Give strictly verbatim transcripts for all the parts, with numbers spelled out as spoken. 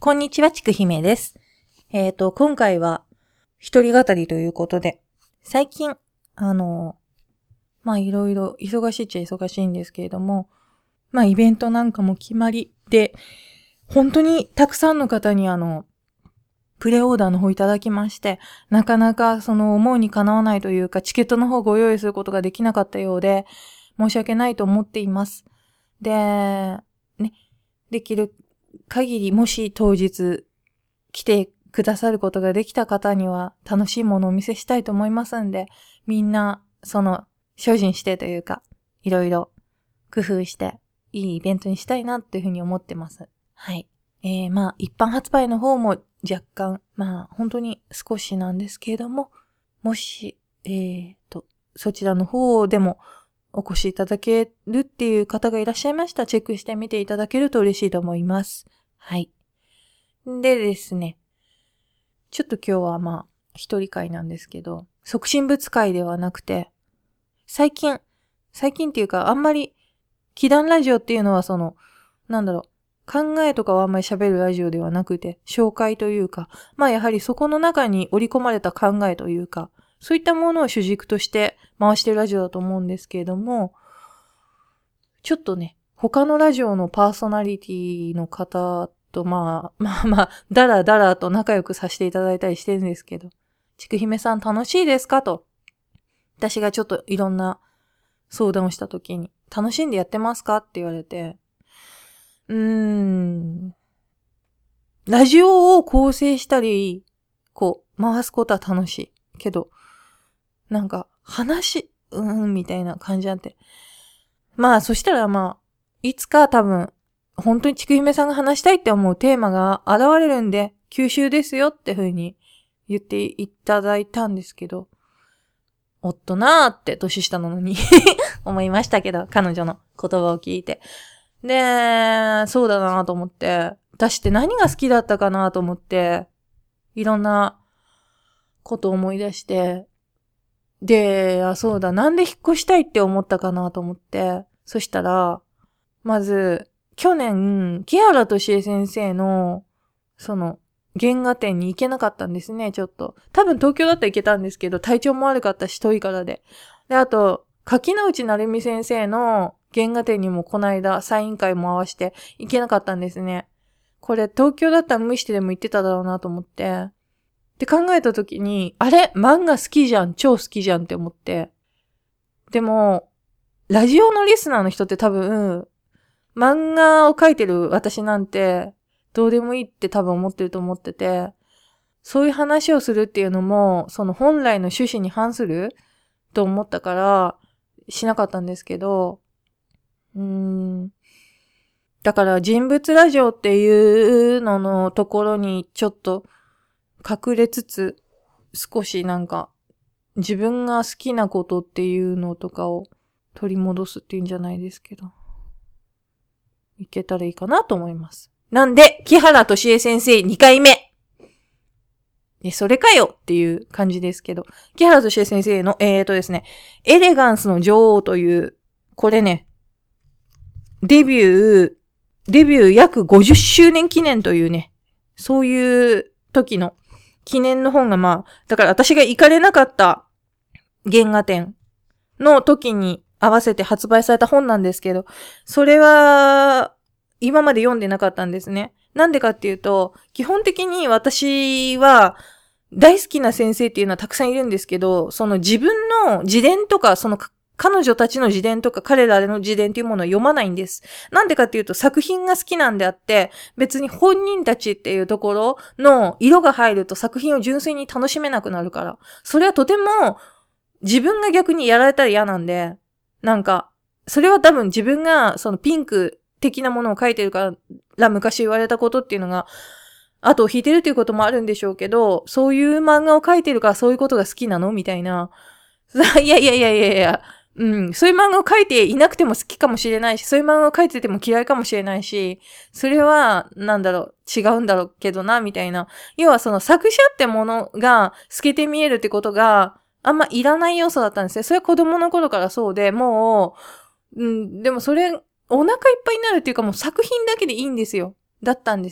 こんにちは、ちくひめです。えっと、今回は一人語りということで、最近、あの、まあいろいろ忙しいっちゃ忙しいんですけれども、まあイベントなんかも決まりで、本当にたくさんの方にあの、プレオーダーの方いただきまして、なかなかその思うにかなわないというか、チケットの方ご用意することができなかったようで、申し訳ないと思っています。で、ね、できる限りもし当日来てくださることができた方には楽しいものをお見せしたいと思いますんで、みんなその精進してというか、いろいろ工夫していいイベントにしたいなっていうふうに思ってます。はい。えー、まあ一般発売の方も若干、まあ本当に少しなんですけれども、もし、えーと、そちらの方でもお越しいただけるっていう方がいらっしゃいましたらチェックしてみていただけると嬉しいと思います。はい。でですね、ちょっと今日はまあ一人会なんですけど、促進物会ではなくて、最近、最近っていうかあんまり、祈願ラジオっていうのはその、なんだろう、考えとかはあんまり喋るラジオではなくて、紹介というか、まあやはりそこの中に織り込まれた考えというか、そういったものを主軸として回してるラジオだと思うんですけれども、ちょっとね、他のラジオのパーソナリティの方とまあ、まあまあ、だらだらと仲良くさせていただいたりしてるんですけど、ちくひめさん楽しいですかと、私がちょっといろんな相談をしたときに、楽しんでやってますかって言われて、うーん、ラジオを構成したり、こう、回すことは楽しい。けど、なんか、話、うーん、みたいな感じなんて。まあ、そしたらまあ、いつか多分、本当にちくひめさんが話したいって思うテーマが現れるんで、吸収ですよって風に言っていただいたんですけど、おっとなーって年下なのに思いましたけど、彼女の言葉を聞いて。で、そうだなと思って、私って何が好きだったかなと思って、いろんなことを思い出して、で、あ、そうだ、なんで引っ越したいって思ったかなと思って、そしたら、まず、去年、木原敏恵先生の、その、原画展に行けなかったんですね、ちょっと。多分東京だったら行けたんですけど、体調も悪かったし、遠いからで。で、あと、柿之内成美先生の原画展にもこの間、サイン会も合わせて行けなかったんですね。これ、東京だったら無理してでも行ってただろうなと思って。って考えたときに、あれ漫画好きじゃん、超好きじゃんって思って。でも、ラジオのリスナーの人って多分、漫画を描いてる私なんて、どうでもいいって多分思ってると思ってて、そういう話をするっていうのも、その本来の趣旨に反すると思ったから、しなかったんですけど、うーん。だから人物ラジオっていうののところにちょっと隠れつつ、少しなんか自分が好きなことっていうのとかを取り戻すっていうんじゃないですけど、いけたらいいかなと思います。なんで、木原敏恵先生にかいめ。え、それかよっていう感じですけど。木原敏恵先生の、えーとですね、エレガンスの女王という、これね、デビュー、デビュー約ごじゅっしゅうねん記念というね、そういう時の記念の本がまあ、だから私が行かれなかった原画展の時に合わせて発売された本なんですけど、それは今まで読んでなかったんですね。なんでかっていうと、基本的に私は大好きな先生っていうのはたくさんいるんですけど、その自分の自伝とか、その彼女たちの自伝とか彼らの自伝っていうものを読まないんです。なんでかっていうと作品が好きなんであって、別に本人たちっていうところの色が入ると作品を純粋に楽しめなくなるから。それはとても自分が逆にやられたら嫌なんで、なんか、それは多分自分がそのピンク的なものを書いてるから昔言われたことっていうのが、後を引いてるっていうこともあるんでしょうけど、そういう漫画を書いてるからそういうことが好きなのみたいな。いやいやいやいやいや、うん、そういう漫画を書いていなくても好きかもしれないし、そういう漫画を書いてても嫌いかもしれないし、それは、なんだろう、違うんだろうけどな、みたいな。要はその作者ってものが透けて見えるってことが、あんまいらない要素だったんですよ。それは子供の頃からそうで、もう、うん、でもそれ、お腹いっぱいになるっていうかもう作品だけでいいんですよ。だったんです。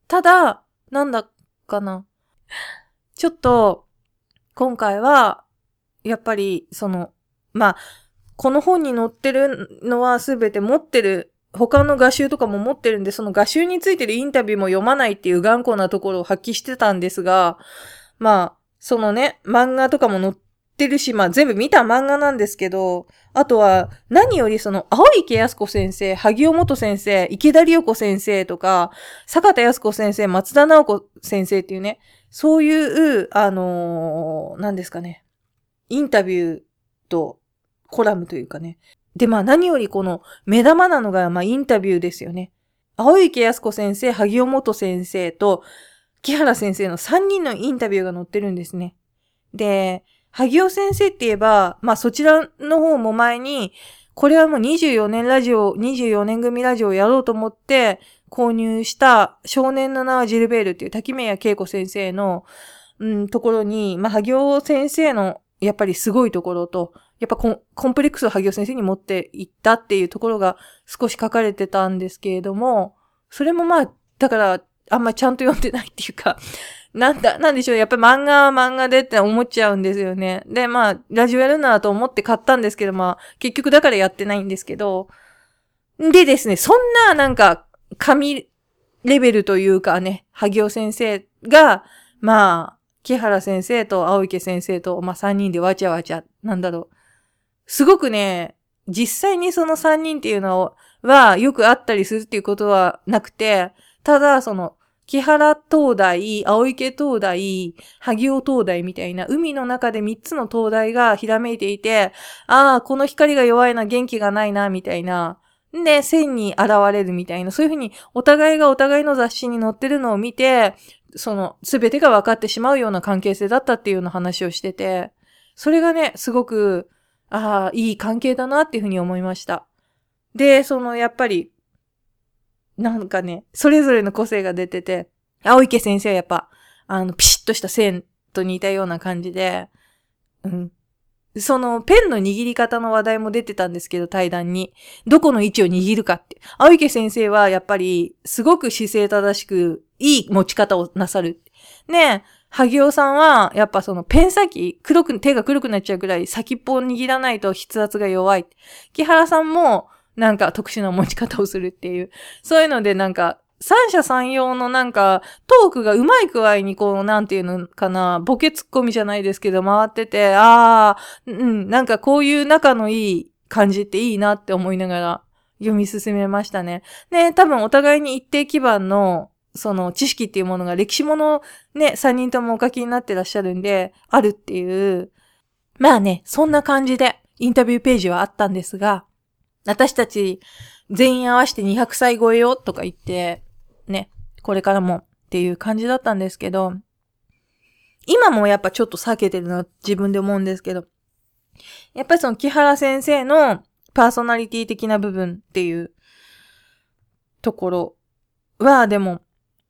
ただ、なんだかな。ちょっと、今回は、やっぱり、その、まあ、この本に載ってるのはすべて持ってる、他の画集とかも持ってるんで、その画集についてるインタビューも読まないっていう頑固なところを発揮してたんですが、まあ、そのね、漫画とかも載ってるし、まあ全部見た漫画なんですけど、あとは、何よりその、青池康子先生、萩尾元先生、池田理代子先生とか、坂田康子先生、松田直子先生っていうね、そういう、あのー、何ですかね、インタビューとコラムというかね。で、まあ何よりこの目玉なのが、まあインタビューですよね。青池康子先生、萩尾元先生と、木原先生のさんにんのインタビューが載ってるんですね。で、萩尾先生って言えば、まあそちらの方も前に、これはもうにじゅうよねんラジオ、にじゅうよねん組ラジオをやろうと思って購入した少年の名はジルベールっていう滝宮恵子先生の、うん、ところに、まあ萩尾先生のやっぱりすごいところと、やっぱコン、コンプレックスを萩尾先生に持っていったっていうところが少し書かれてたんですけれども、それもまあ、だから、あんまちゃんと読んでないっていうか、なんだ、なんでしょう、やっぱり漫画は漫画でって思っちゃうんですよね。で、まあ、ラジオやるなと思って買ったんですけど、まあ、結局だからやってないんですけど、でですね、そんななんか、神レベルというかね、萩尾先生が、まあ、木原先生と青池先生と、まあさんにんでわちゃわちゃ、なんだろう。すごくね、実際にそのさんにんっていうのはよくあったりするっていうことはなくて、ただその、木原灯台、青池灯台、萩尾灯台みたいな海の中でみっつの灯台がひらめいていて、ああ、この光が弱いな、元気がないな、みたいな。で、線に現れるみたいな、そういうふうにお互いがお互いの雑誌に載ってるのを見て、その、すべてが分かってしまうような関係性だったっていうような話をしてて、それがね、すごく、ああ、いい関係だなっていうふうに思いました。で、その、やっぱり、なんかね、それぞれの個性が出てて、青池先生はやっぱ、あの、ピシッとした線と似たような感じで、うん。その、ペンの握り方の話題も出てたんですけど、対談に。どこの位置を握るかって。青池先生はやっぱり、すごく姿勢正しく、いい持ち方をなさる。ねえ、萩尾さんは、やっぱそのペン先、黒く、手が黒くなっちゃうくらい先っぽを握らないと筆圧が弱い。木原さんも、なんか特殊な持ち方をするっていう。そういうのでなんか、三者三様のなんか、トークがうまい具合にこう、なんていうのかな、ボケツッコミじゃないですけど回ってて、ああ、うん、なんかこういう仲のいい感じっていいなって思いながら読み進めましたね。ね、多分お互いに一定基盤の、その知識っていうものが歴史ものね、三人ともお書きになってらっしゃるんで、あるっていう。まあね、そんな感じでインタビューページはあったんですが、私たち全員合わせてにひゃくさい超えよとか言って、ね、これからもっていう感じだったんですけど、今もやっぱちょっと避けてるな自分で思うんですけど、やっぱりその木原先生のパーソナリティ的な部分っていうところは、でも、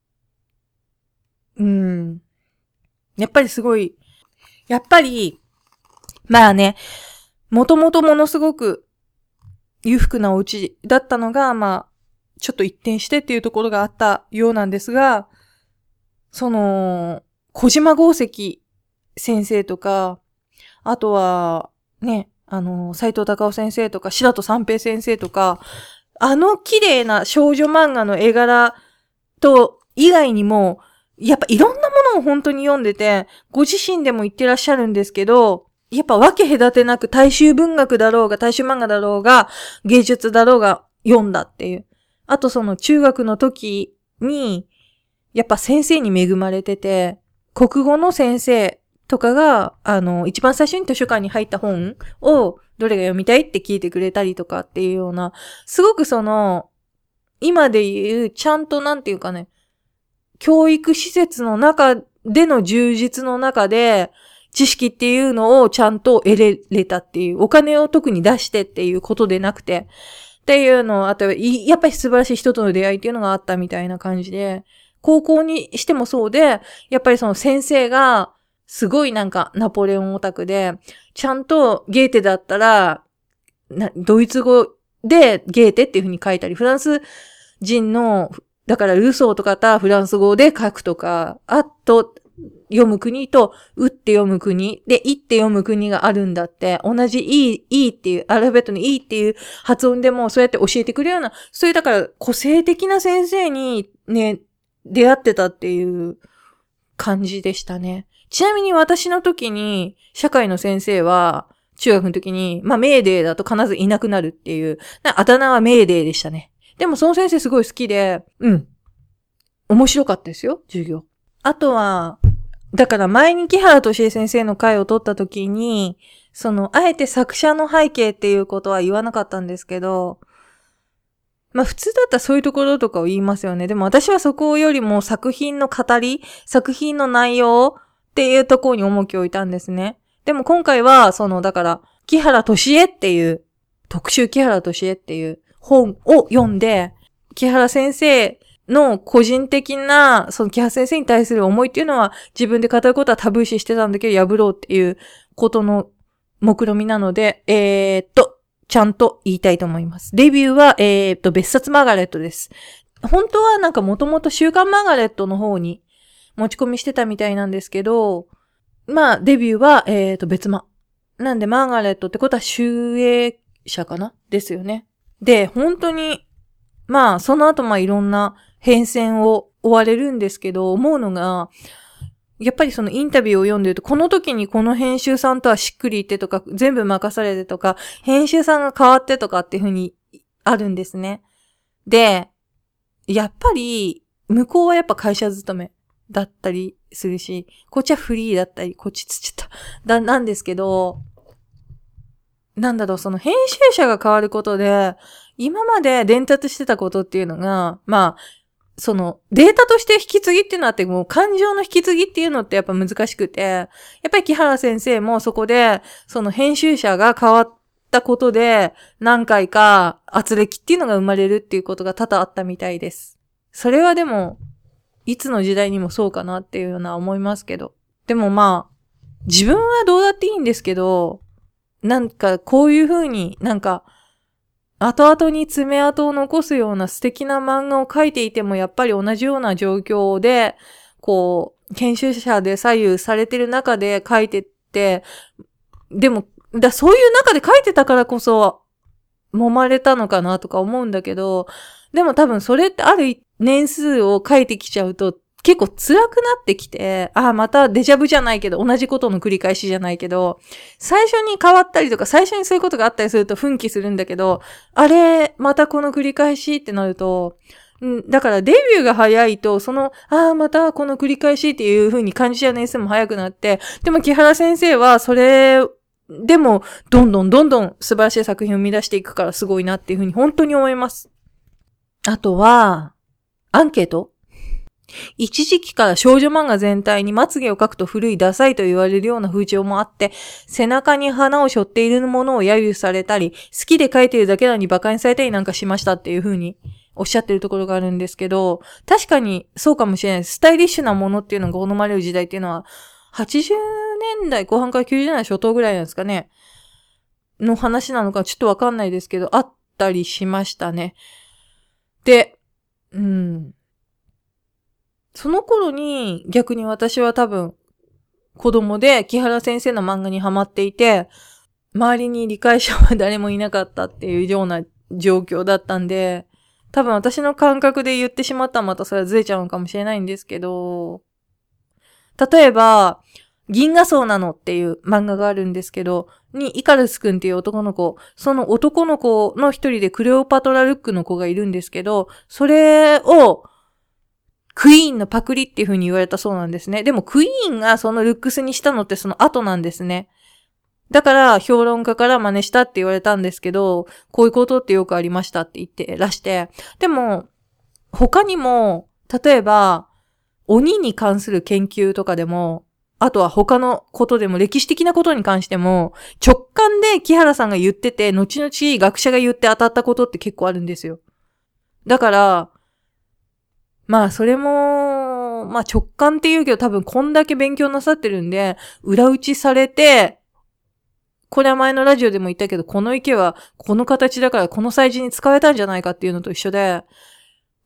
うーん、やっぱりすごい、やっぱり、まあね、もともとものすごく裕福なお家だったのが、まあ、ちょっと一転してっていうところがあったようなんですが、その、小島豪石先生とか、あとは、ね、あの、斎藤隆夫先生とか、白戸三平先生とか、あの綺麗な少女漫画の絵柄と以外にも、やっぱいろんなものを本当に読んでて、ご自身でも言ってらっしゃるんですけど、やっぱ分け隔てなく大衆文学だろうが、大衆漫画だろうが、芸術だろうが読んだっていう。あとその中学の時に、やっぱ先生に恵まれてて、国語の先生とかが、あの、一番最初に図書館に入った本を、どれが読みたいって聞いてくれたりとかっていうような、すごくその、今で言う、ちゃんとなんていうかね、教育施設の中での充実の中で、知識っていうのをちゃんと得れれたっていう、お金を特に出してっていうことでなくて、っていうのを、あと、やっぱり素晴らしい人との出会いっていうのがあったみたいな感じで、高校にしてもそうで、やっぱりその先生が、すごいなんかナポレオンオタクで、ちゃんとゲーテだったら、なドイツ語でゲーテっていう風に書いたり、フランス人のだからルソーとかたフランス語で書くとか、あと読む国とうって読む国でいって読む国があるんだって、同じい、いっていう、アルファベットのいっていう発音でもそうやって教えてくれるような、そういうだから個性的な先生にね、出会ってたっていう感じでしたね。ちなみに私の時に社会の先生は、中学の時に、まあ、メーデーだと必ずいなくなるっていう、あだ名はメーデーでしたね。でもその先生すごい好きで、うん。面白かったですよ、授業。あとは、だから前に木原敏恵先生の回を取った時に、その、あえて作者の背景っていうことは言わなかったんですけど、まあ普通だったらそういうところとかを言いますよね。でも私はそこよりも作品の語り、作品の内容っていうところに重きを置いたんですね。でも今回は、その、だから、木原敏恵っていう、特集木原敏恵っていう本を読んで、木原先生の個人的な、その木原先生に対する思いっていうのは自分で語ることはタブー視してたんだけど破ろうっていうことの目論みなので、えー、っと、ちゃんと言いたいと思います。レビューは、えー、っと、別冊マーガレットです。本当はなんかもともと週刊マーガレットの方に持ち込みしてたみたいなんですけど、まあ、デビューは、えーと、別間。なんで、マーガレットってことは、集英社かなですよね。で、本当に、まあ、その後、まあ、いろんな変遷を追われるんですけど、思うのが、やっぱりそのインタビューを読んでると、この時にこの編集さんとはしっくり言ってとか、全部任されてとか、編集さんが変わってとかっていう風にあるんですね。で、やっぱり、向こうはやっぱ会社勤めだったりするし、こっちはフリーだったり、こっちつっちゃった。だ、なんですけど、なんだろう、その編集者が変わることで、今まで伝達してたことっていうのが、まあ、その、データとして引き継ぎっていうのはあって、もう感情の引き継ぎっていうのってやっぱ難しくて、やっぱり木原先生もそこで、その編集者が変わったことで、何回か圧力っていうのが生まれるっていうことが多々あったみたいです。それはでも、いつの時代にもそうかなっていうような思いますけど。でもまあ、自分はどうだっていいんですけど、なんかこういう風になんか、後々に爪痕を残すような素敵な漫画を描いていてもやっぱり同じような状況で、こう、研修者で左右されてる中で描いてって、でも、だそういう中で描いてたからこそ、揉まれたのかなとか思うんだけど、でも多分それってある年数を書いてきちゃうと結構辛くなってきて、ああ、またデジャブじゃないけど、同じことの繰り返しじゃないけど、最初に変わったりとか、最初にそういうことがあったりすると奮起するんだけど、あれ、またこの繰り返しってなると、んだからデビューが早いと、その、ああ、またこの繰り返しっていう風に感じちゃう年数も早くなって、でも木原先生はそれ、でも、どんどんどんどん素晴らしい作品を生み出していくからすごいなっていう風に本当に思います。あとは、アンケート？一時期から少女漫画全体にまつげを描くと古いダサいと言われるような風潮もあって、背中に花を背負っているものを揶揄されたり、好きで描いているだけなのに馬鹿にされたりなんかしましたっていう風におっしゃってるところがあるんですけど、確かにそうかもしれないです。スタイリッシュなものっていうのが好まれる時代っていうのは、はちじゅうねんだいこう半からきゅうじゅうねんだい初頭ぐらいなんですかね。の話なのかちょっとわかんないですけど、あったりしましたね。で、うん。その頃に逆に私は多分子供で木原先生の漫画にハマっていて、周りに理解者は誰もいなかったっていうような状況だったんで、多分私の感覚で言ってしまったらまたそれはずれちゃうのかもしれないんですけど、例えば、銀河荘なのっていう漫画があるんですけど、にイカルスくんっていう男の子、その男の子の一人でクレオパトラルックの子がいるんですけど、それをクイーンのパクリっていう風に言われたそうなんですね。でもクイーンがそのルックスにしたのってその後なんですね。だから評論家から真似したって言われたんですけど、こういうことってよくありましたって言ってらして。でも、他にも、例えば、鬼に関する研究とかでも、あとは他のことでも歴史的なことに関しても、直感で木原さんが言ってて、後々学者が言って当たったことって結構あるんですよ。だから、まあそれも、まあ直感って言うけど多分こんだけ勉強なさってるんで、裏打ちされて、これは前のラジオでも言ったけど、この池はこの形だからこのサイズに使われたんじゃないかっていうのと一緒で、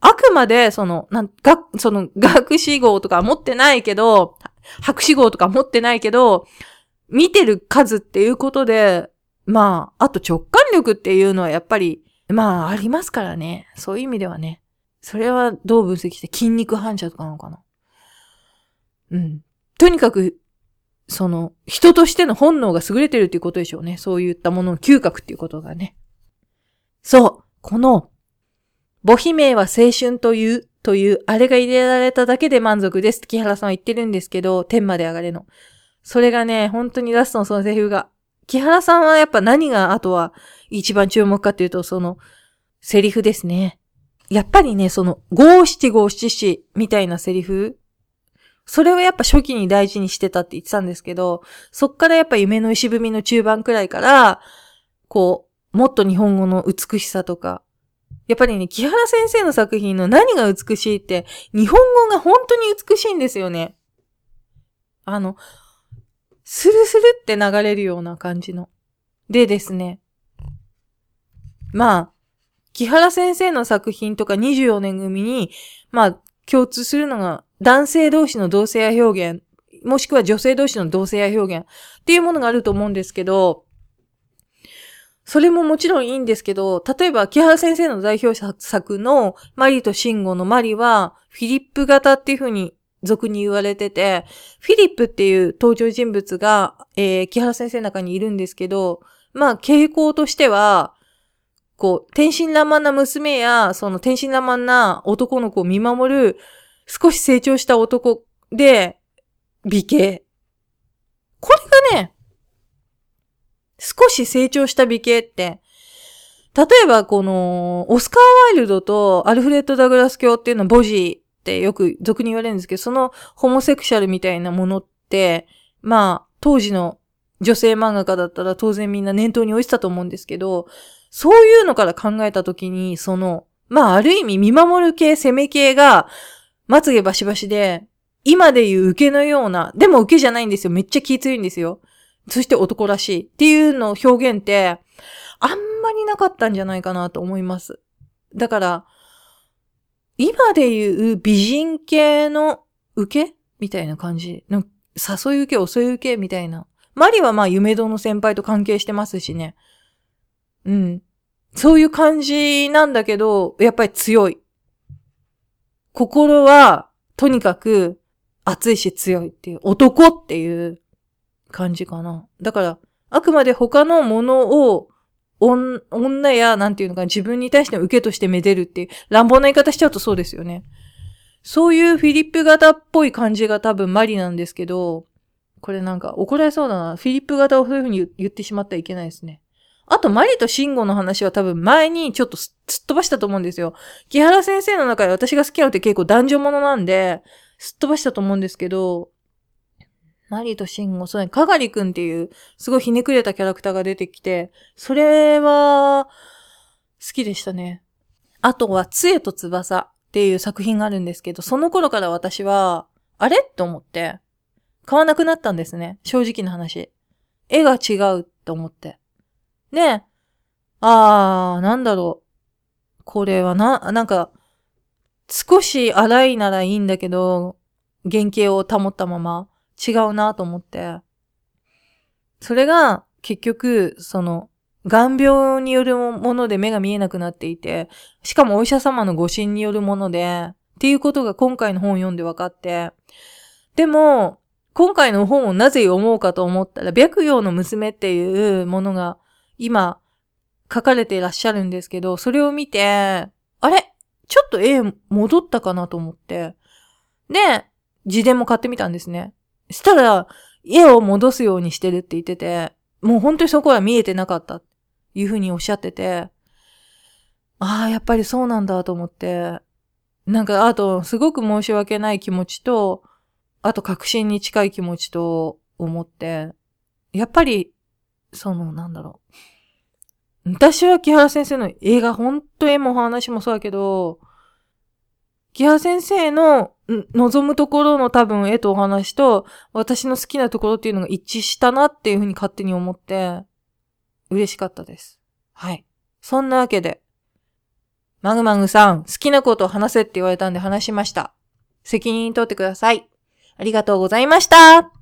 あくまで、その、なん、が、その、学士号とか持ってないけど、博士号とか持ってないけど、見てる数っていうことで、まあ、あと直感力っていうのはやっぱり、まあ、ありますからね。そういう意味ではね。それはどう分析して筋肉反射とかなのかな。うん。とにかく、その、人としての本能が優れてるっていうことでしょうね。そういったものの嗅覚っていうことがね。そう。この、母妃名は青春という、という、あれが入れられただけで満足ですって木原さんは言ってるんですけど、天まで上がれの。それがね、本当にラストのそのセリフが。木原さんはやっぱ何があとは一番注目かっていうと、その、セリフですね。やっぱりね、その、五七五七七みたいなセリフ。それをやっぱ初期に大事にしてたって言ってたんですけど、そっからやっぱ夢の石踏みの中盤くらいから、こう、もっと日本語の美しさとか、やっぱりね、木原先生の作品の何が美しいって、日本語が本当に美しいんですよね。あの、スルスルって流れるような感じの。でですね。まあ、木原先生の作品とかにじゅうよねん組に、まあ、共通するのが、男性同士の同性愛表現、もしくは女性同士の同性愛表現っていうものがあると思うんですけど、それももちろんいいんですけど、例えば木原先生の代表作のマリとシンゴのマリはフィリップ型っていう風に俗に言われてて、フィリップっていう登場人物が、えー、木原先生の中にいるんですけど、まあ傾向としては、こう、天真爛漫な娘や、その天真爛漫な男の子を見守る、少し成長した男で、美形。これがね、少し成長した美形って、例えばこの、オスカー・ワイルドとアルフレッド・ダグラス教っていうのはボジーってよく俗に言われるんですけど、そのホモセクシャルみたいなものって、まあ、当時の女性漫画家だったら当然みんな念頭に置いてたと思うんですけど、そういうのから考えたときに、その、まあある意味見守る系、攻め系が、まつげバシバシで、今でいう受けのような、でも受けじゃないんですよ。めっちゃ気強いんですよ。そして男らしいっていうの表現って、あんまりなかったんじゃないかなと思います。だから、今でいう美人系の受けみたいな感じの、誘い受け、襲い受けみたいな。マリはまあ夢堂の先輩と関係してますしね。うん。そういう感じなんだけど、やっぱり強い。心は、とにかく、熱いし強いっていう、男っていう感じかな。だから、あくまで他のものを、女や、なんていうのか、自分に対しての受けとしてめでるっていう、乱暴な言い方しちゃうとそうですよね。そういうフィリップ型っぽい感じが多分マリなんですけど、これなんか怒られそうだな。フィリップ型をそういう風に言ってしまったらいけないですね。あと、マリとシンゴの話は多分前にちょっとすっ飛ばしたと思うんですよ。木原先生の中で私が好きなのって結構男女ものなんで、すっ飛ばしたと思うんですけど、マリとシンゴ、そうね、かがりくんっていう、すごいひねくれたキャラクターが出てきて、それは、好きでしたね。あとは、杖と翼っていう作品があるんですけど、その頃から私は、あれって思って、買わなくなったんですね。正直な話。絵が違うと思って。で、あー、なんだろう。これはな、なんか、少し荒いならいいんだけど、原型を保ったまま違うなと思って。それが結局、その、眼病によるもので目が見えなくなっていて、しかもお医者様の誤診によるもので、っていうことが今回の本を読んで分かって。でも、今回の本をなぜ読もうかと思ったら、白陽の娘っていうものが今書かれていらっしゃるんですけど、それを見て、あれちょっと絵戻ったかなと思って。で、自伝も買ってみたんですね。したら、絵を戻すようにしてるって言ってて、もう本当にそこは見えてなかったっていうふうにおっしゃってて、ああ、やっぱりそうなんだと思って、なんかあと、すごく申し訳ない気持ちと、あと確信に近い気持ちと思って、やっぱり、その、なんだろう。私は木原先生の映画、ほんと絵も話もそうだけど、木原先生の望むところの多分絵とお話と、私の好きなところっていうのが一致したなっていうふうに勝手に思って、嬉しかったです。はい。そんなわけで、 マグマグさん、好きなことを話せって言われたんで話しました。責任取ってください。ありがとうございました。